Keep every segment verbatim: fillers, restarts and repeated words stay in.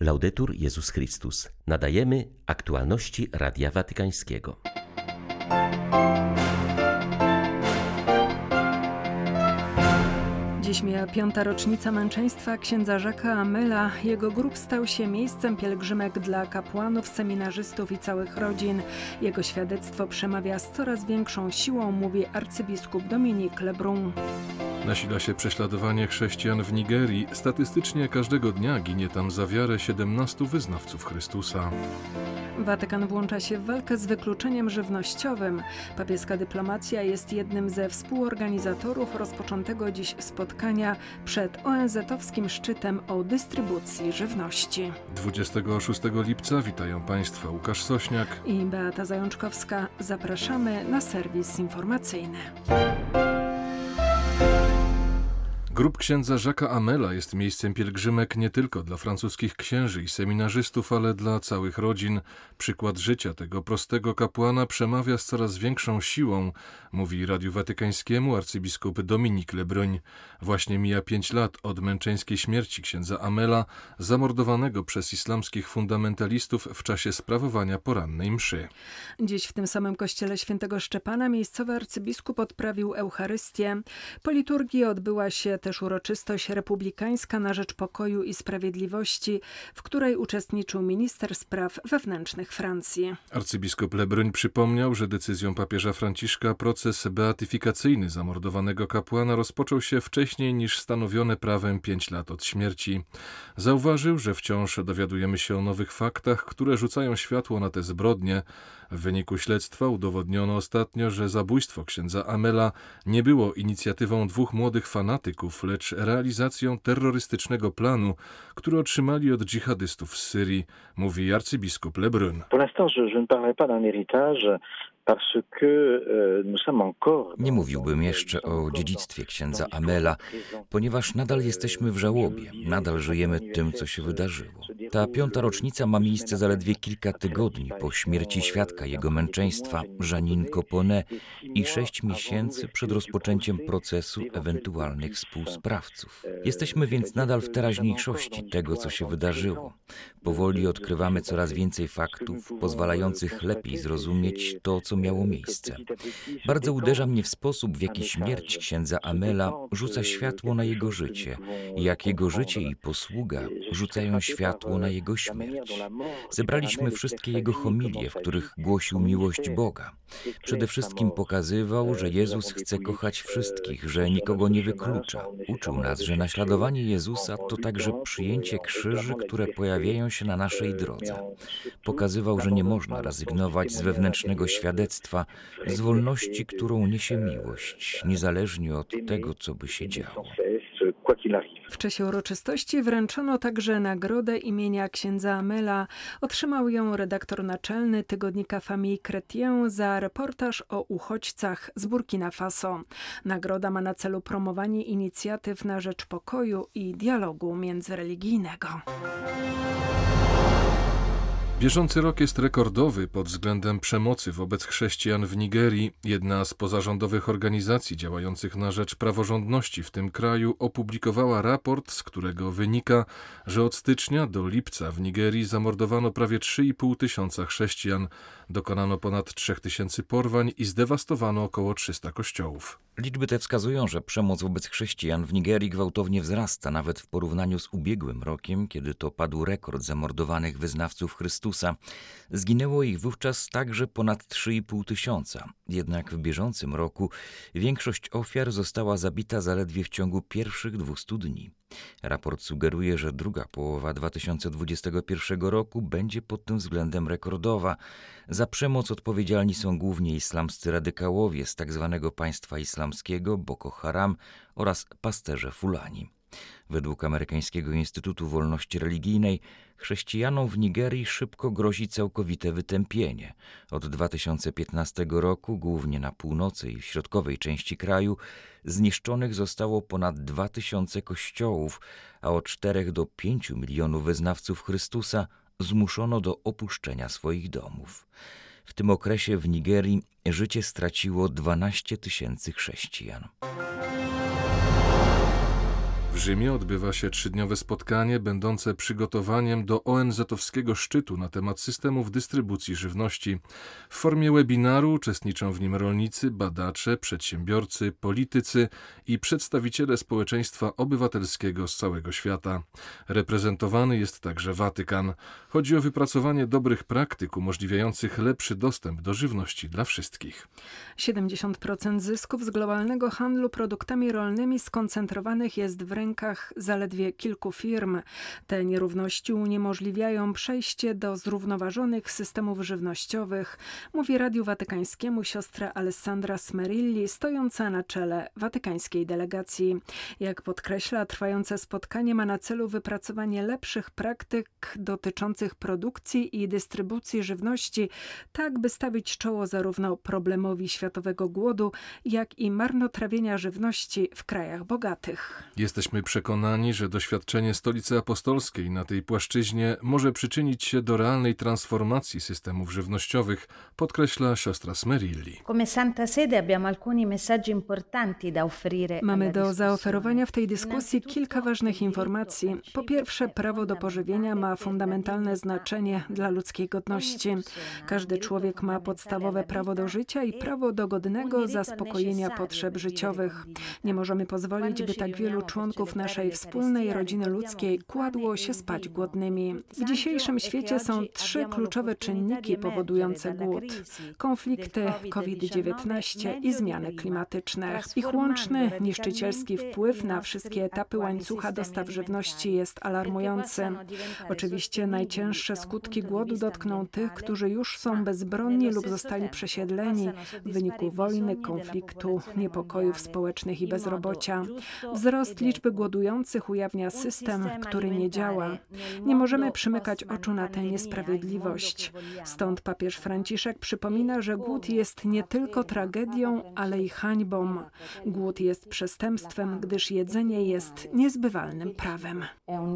Laudetur Jezus Chrystus. Nadajemy aktualności Radia Watykańskiego. Dziś mija piąta rocznica męczeństwa księdza Jacques'a Hamela. Jego grób stał się miejscem pielgrzymek dla kapłanów, seminarzystów i całych rodzin. Jego świadectwo przemawia z coraz większą siłą, mówi arcybiskup Dominique Lebrun. Nasila się prześladowanie chrześcijan w Nigerii. Statystycznie każdego dnia ginie tam za wiarę siedemnastu wyznawców Chrystusa. Watykan włącza się w walkę z wykluczeniem żywnościowym. Papieska dyplomacja jest jednym ze współorganizatorów rozpoczętego dziś spotkania przed O N Z-owskim szczytem o dystrybucji żywności. dwudziestego szóstego lipca witają Państwa Łukasz Sośniak i Beata Zajączkowska. Zapraszamy na serwis informacyjny. Grób księdza Jacques'a Hamela jest miejscem pielgrzymek nie tylko dla francuskich księży i seminarzystów, ale dla całych rodzin. Przykład życia tego prostego kapłana przemawia z coraz większą siłą, mówi Radiu Watykańskiemu arcybiskup Dominique Lebrun. Właśnie mija pięć lat od męczeńskiej śmierci księdza Hamela, zamordowanego przez islamskich fundamentalistów w czasie sprawowania porannej mszy. Dziś w tym samym kościele świętego Szczepana miejscowy arcybiskup odprawił Eucharystię. Po liturgii odbyła się też uroczystość republikańska na rzecz pokoju i sprawiedliwości, w której uczestniczył minister spraw wewnętrznych Francji. Arcybiskup Lebrun przypomniał, że decyzją papieża Franciszka proces beatyfikacyjny zamordowanego kapłana rozpoczął się wcześniej niż stanowione prawem pięć lat od śmierci. Zauważył, że wciąż dowiadujemy się o nowych faktach, które rzucają światło na te zbrodnie. W wyniku śledztwa udowodniono ostatnio, że zabójstwo księdza Hamela nie było inicjatywą dwóch młodych fanatyków, lecz realizacją terrorystycznego planu, który otrzymali od dżihadystów z Syrii, mówi arcybiskup Lebrun. Nie mówiłbym jeszcze o dziedzictwie księdza Hamela, ponieważ nadal jesteśmy w żałobie, nadal żyjemy tym, co się wydarzyło. Ta piąta rocznica ma miejsce zaledwie kilka tygodni po śmierci świadka jego męczeństwa, Jeanine Coponet, i sześć miesięcy przed rozpoczęciem procesu ewentualnych współsprawców. Jesteśmy więc nadal w teraźniejszości tego, co się wydarzyło. Powoli odkrywamy coraz więcej faktów, pozwalających lepiej zrozumieć to, co miało miejsce. Bardzo uderza mnie w sposób, w jaki śmierć księdza Hamela rzuca światło na jego życie i jak jego życie i posługa rzucają światło na jego śmierć. Zebraliśmy wszystkie jego homilie, w których głosił miłość Boga. Przede wszystkim pokazywał, że Jezus chce kochać wszystkich, że nikogo nie wyklucza. Uczył nas, że naśladowanie Jezusa to także przyjęcie krzyży, które pojawiają się na naszej drodze. Pokazywał, że nie można rezygnować z wewnętrznego świadectwa, z wolności, którą niesie miłość, niezależnie od tego, co by się działo. W czasie uroczystości wręczono także nagrodę imienia księdza Hamela. Otrzymał ją redaktor naczelny tygodnika Famille Chrétien za reportaż o uchodźcach z Burkina Faso. Nagroda ma na celu promowanie inicjatyw na rzecz pokoju i dialogu międzyreligijnego. Bieżący rok jest rekordowy pod względem przemocy wobec chrześcijan w Nigerii. Jedna z pozarządowych organizacji działających na rzecz praworządności w tym kraju opublikowała raport, z którego wynika, że od stycznia do lipca w Nigerii zamordowano prawie trzy i pół tysiąca chrześcijan, dokonano ponad trzech tysięcy porwań i zdewastowano około trzysta kościołów. Liczby te wskazują, że przemoc wobec chrześcijan w Nigerii gwałtownie wzrasta, nawet w porównaniu z ubiegłym rokiem, kiedy to padł rekord zamordowanych wyznawców Chrystusa. Zginęło ich wówczas także ponad trzy i pół tysiąca. Jednak w bieżącym roku większość ofiar została zabita zaledwie w ciągu pierwszych dwustu dni. Raport sugeruje, że druga połowa dwa tysiące dwudziestego pierwszego roku będzie pod tym względem rekordowa. Za przemoc odpowiedzialni są głównie islamscy radykałowie z tzw. państwa islamskiego, Boko Haram oraz pasterze Fulani. Według amerykańskiego Instytutu Wolności Religijnej chrześcijanom w Nigerii szybko grozi całkowite wytępienie. Od dwa tysiące piętnastego roku, głównie na północy i w środkowej części kraju, zniszczonych zostało ponad dwa tysiące kościołów, a od czterech do pięciu milionów wyznawców Chrystusa zmuszono do opuszczenia swoich domów. W tym okresie w Nigerii życie straciło dwanaście tysięcy chrześcijan. W Rzymie odbywa się trzydniowe spotkanie będące przygotowaniem do O N Z-owskiego szczytu na temat systemów dystrybucji żywności. W formie webinaru uczestniczą w nim rolnicy, badacze, przedsiębiorcy, politycy i przedstawiciele społeczeństwa obywatelskiego z całego świata. Reprezentowany jest także Watykan. Chodzi o wypracowanie dobrych praktyk umożliwiających lepszy dostęp do żywności dla wszystkich. siedemdziesiąt procent zysków z globalnego handlu produktami rolnymi skoncentrowanych jest w rękach zaledwie kilku firm. Te nierówności uniemożliwiają przejście do zrównoważonych systemów żywnościowych, mówi Radiu Watykańskiemu siostra Alessandra Smerilli, stojąca na czele watykańskiej delegacji. Jak podkreśla, trwające spotkanie ma na celu wypracowanie lepszych praktyk dotyczących produkcji i dystrybucji żywności, tak by stawić czoło zarówno problemowi światowego głodu, jak i marnotrawienia żywności w krajach bogatych. Jesteśmy przekonani, że doświadczenie Stolicy Apostolskiej na tej płaszczyźnie może przyczynić się do realnej transformacji systemów żywnościowych, podkreśla siostra Smerilli. Mamy do zaoferowania w tej dyskusji kilka ważnych informacji. Po pierwsze, prawo do pożywienia ma fundamentalne znaczenie dla ludzkiej godności. Każdy człowiek ma podstawowe prawo do życia i prawo do godnego zaspokojenia potrzeb życiowych. Nie możemy pozwolić, by tak wielu członków naszej wspólnej rodziny ludzkiej kładło się spać głodnymi. W dzisiejszym świecie są trzy kluczowe czynniki powodujące głód: konflikty, COVID dziewiętnaście i zmiany klimatyczne. Ich łączny, niszczycielski wpływ na wszystkie etapy łańcucha dostaw żywności jest alarmujący. Oczywiście najcięższe skutki głodu dotkną tych, którzy już są bezbronni lub zostali przesiedleni w wyniku wojny, konfliktu, niepokojów społecznych i bezrobocia. Wzrost liczby głodujących ujawnia system, który nie działa. Nie możemy przymykać oczu na tę niesprawiedliwość. Stąd papież Franciszek przypomina, że głód jest nie tylko tragedią, ale i hańbą. Głód jest przestępstwem, gdyż jedzenie jest niezbywalnym prawem.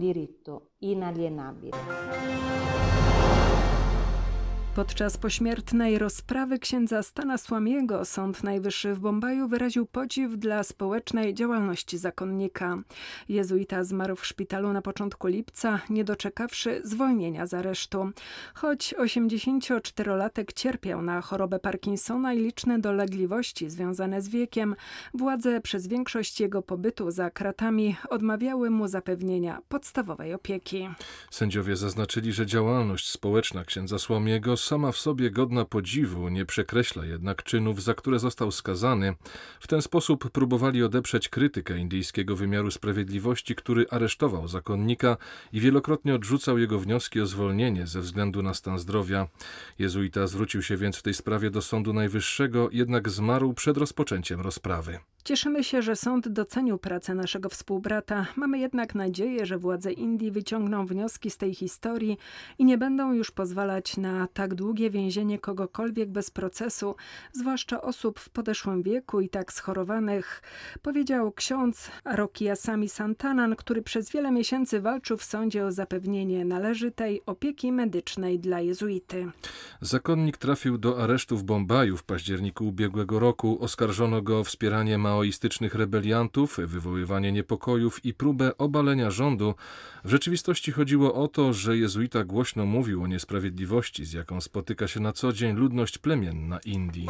Podczas pośmiertnej rozprawy księdza Stanasłamiego Sąd Najwyższy w Bombaju wyraził podziw dla społecznej działalności zakonnika. Jezuita zmarł w szpitalu na początku lipca, nie doczekawszy zwolnienia z aresztu. Choć osiemdziesięcioczterolatek cierpiał na chorobę Parkinsona i liczne dolegliwości związane z wiekiem, władze przez większość jego pobytu za kratami odmawiały mu zapewnienia podstawowej opieki. Sędziowie zaznaczyli, że działalność społeczna księdza Słamiego sama w sobie godna podziwu, nie przekreśla jednak czynów, za które został skazany. W ten sposób próbowali odeprzeć krytykę indyjskiego wymiaru sprawiedliwości, który aresztował zakonnika i wielokrotnie odrzucał jego wnioski o zwolnienie ze względu na stan zdrowia. Jezuita zwrócił się więc w tej sprawie do Sądu Najwyższego, jednak zmarł przed rozpoczęciem rozprawy. Cieszymy się, że sąd docenił pracę naszego współbrata. Mamy jednak nadzieję, że władze Indii wyciągną wnioski z tej historii i nie będą już pozwalać na tak długie więzienie kogokolwiek bez procesu, zwłaszcza osób w podeszłym wieku i tak schorowanych, powiedział ksiądz Arokiasami Santanan, który przez wiele miesięcy walczył w sądzie o zapewnienie należytej opieki medycznej dla jezuity. Zakonnik trafił do aresztu w Bombaju w październiku ubiegłego roku. Oskarżono go o wspieranie maoistycznych rebeliantów, wywoływanie niepokojów i próbę obalenia rządu. W rzeczywistości chodziło o to, że jezuita głośno mówił o niesprawiedliwości, z jaką spotyka się na co dzień ludność plemienna Indii.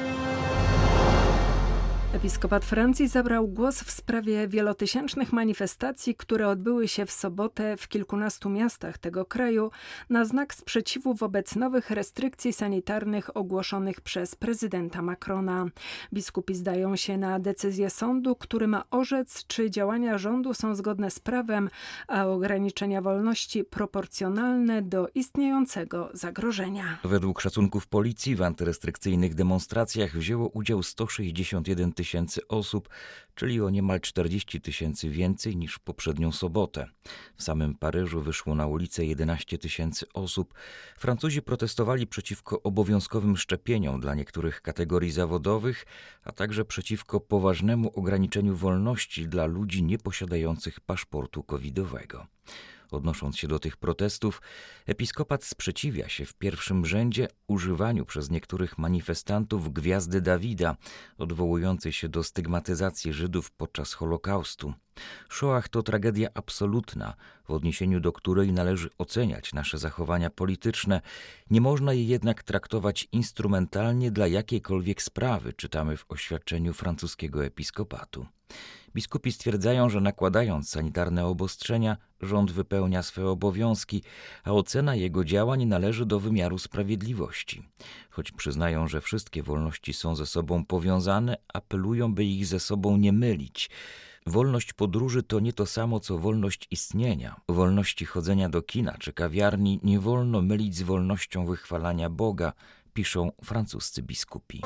Episkopat Francji zabrał głos w sprawie wielotysięcznych manifestacji, które odbyły się w sobotę w kilkunastu miastach tego kraju na znak sprzeciwu wobec nowych restrykcji sanitarnych ogłoszonych przez prezydenta Macrona. Biskupi zdają się na decyzję sądu, który ma orzec, czy działania rządu są zgodne z prawem, a ograniczenia wolności proporcjonalne do istniejącego zagrożenia. Według szacunków policji w antyrestrykcyjnych demonstracjach wzięło udział sto sześćdziesiąt jeden tysięcy osób, czyli o niemal czterdzieści tysięcy więcej niż poprzednią sobotę. W samym Paryżu wyszło na ulicę jedenaście tysięcy osób. Francuzi protestowali przeciwko obowiązkowym szczepieniom dla niektórych kategorii zawodowych, a także przeciwko poważnemu ograniczeniu wolności dla ludzi nieposiadających paszportu covidowego. Odnosząc się do tych protestów, episkopat sprzeciwia się w pierwszym rzędzie używaniu przez niektórych manifestantów gwiazdy Dawida, odwołującej się do stygmatyzacji Żydów podczas Holokaustu. Shoah to tragedia absolutna, w odniesieniu do której należy oceniać nasze zachowania polityczne. Nie można jej jednak traktować instrumentalnie dla jakiejkolwiek sprawy, czytamy w oświadczeniu francuskiego episkopatu. Biskupi stwierdzają, że nakładając sanitarne obostrzenia, rząd wypełnia swe obowiązki, a ocena jego działań należy do wymiaru sprawiedliwości. Choć przyznają, że wszystkie wolności są ze sobą powiązane, apelują, by ich ze sobą nie mylić. Wolność podróży to nie to samo, co wolność istnienia. Wolności chodzenia do kina czy kawiarni nie wolno mylić z wolnością wychwalania Boga, piszą francuscy biskupi.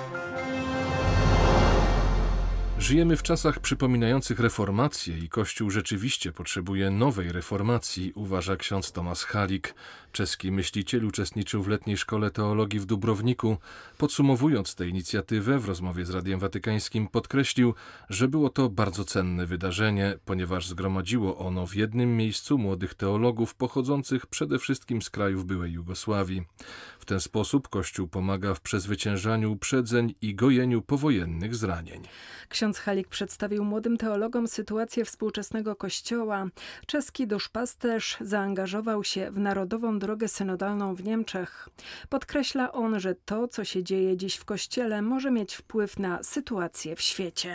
Żyjemy w czasach przypominających reformację i Kościół rzeczywiście potrzebuje nowej reformacji, uważa ksiądz Tomasz Halik. Czeski myśliciel uczestniczył w letniej szkole teologii w Dubrowniku. Podsumowując tę inicjatywę w rozmowie z Radiem Watykańskim podkreślił, że było to bardzo cenne wydarzenie, ponieważ zgromadziło ono w jednym miejscu młodych teologów pochodzących przede wszystkim z krajów byłej Jugosławii. W ten sposób Kościół pomaga w przezwyciężaniu uprzedzeń i gojeniu powojennych zranień. Ksiądz Halik przedstawił młodym teologom sytuację współczesnego Kościoła. Czeski duszpasterz zaangażował się w Narodową Drogę Synodalną w Niemczech. Podkreśla on, że to, co się dzieje dziś w Kościele, może mieć wpływ na sytuację w świecie.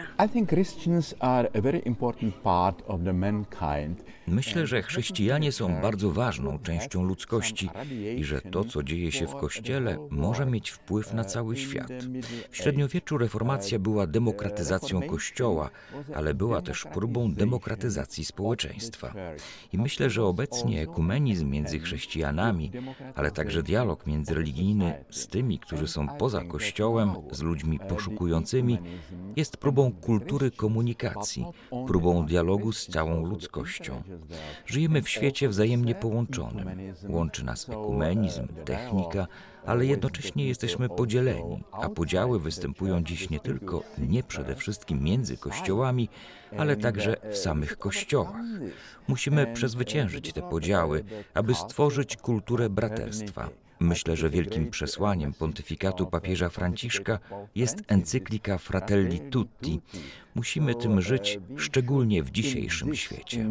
Myślę, że chrześcijanie są bardzo ważną częścią ludzkości i że to, co dzieje się w Kościele, może mieć wpływ na cały świat. W średniowieczu reformacja była demokratyzacją Kościoła, ale była też próbą demokratyzacji społeczeństwa. I myślę, że obecnie ekumenizm między chrześcijanami, ale także dialog międzyreligijny z tymi, którzy są poza Kościołem, z ludźmi poszukującymi, jest próbą kultury komunikacji, próbą dialogu z całą ludzkością. Żyjemy w świecie wzajemnie połączonym. Łączy nas ekumenizm, technika, ale jednocześnie jesteśmy podzieleni, a podziały występują dziś nie tylko, nie przede wszystkim między kościołami, ale także w samych kościołach. Musimy przezwyciężyć te podziały, aby stworzyć kulturę braterstwa. Myślę, że wielkim przesłaniem pontyfikatu papieża Franciszka jest encyklika Fratelli Tutti. Musimy tym żyć, szczególnie w dzisiejszym świecie.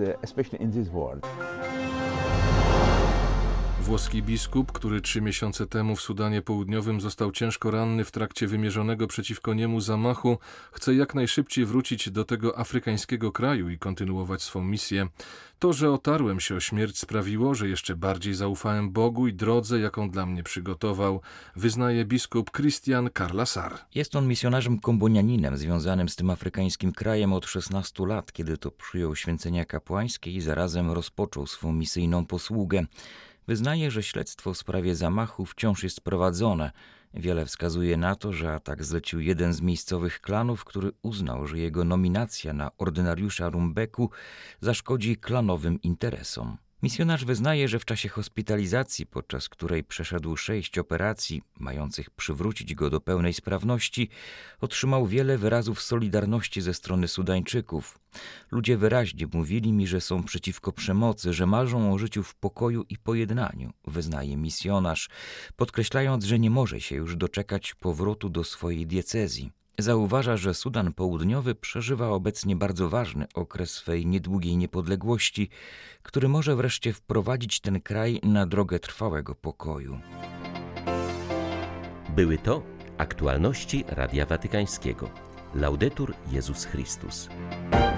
Włoski biskup, który trzy miesiące temu w Sudanie Południowym został ciężko ranny w trakcie wymierzonego przeciwko niemu zamachu, chce jak najszybciej wrócić do tego afrykańskiego kraju i kontynuować swą misję. To, że otarłem się o śmierć, sprawiło, że jeszcze bardziej zaufałem Bogu i drodze, jaką dla mnie przygotował, wyznaje biskup Christian Carlasar. Jest on misjonarzem kombonianinem związanym z tym afrykańskim krajem od szesnastu lat, kiedy to przyjął święcenia kapłańskie i zarazem rozpoczął swą misyjną posługę. Wyznaje, że śledztwo w sprawie zamachu wciąż jest prowadzone. Wiele wskazuje na to, że atak zlecił jeden z miejscowych klanów, który uznał, że jego nominacja na ordynariusza Rumbeku zaszkodzi klanowym interesom. Misjonarz wyznaje, że w czasie hospitalizacji, podczas której przeszedł sześć operacji mających przywrócić go do pełnej sprawności, otrzymał wiele wyrazów solidarności ze strony Sudańczyków. Ludzie wyraźnie mówili mi, że są przeciwko przemocy, że marzą o życiu w pokoju i pojednaniu, wyznaje misjonarz, podkreślając, że nie może się już doczekać powrotu do swojej diecezji. Zauważa, że Sudan Południowy przeżywa obecnie bardzo ważny okres swej niedługiej niepodległości, który może wreszcie wprowadzić ten kraj na drogę trwałego pokoju. Były to aktualności Radia Watykańskiego. Laudetur Jezus Chrystus.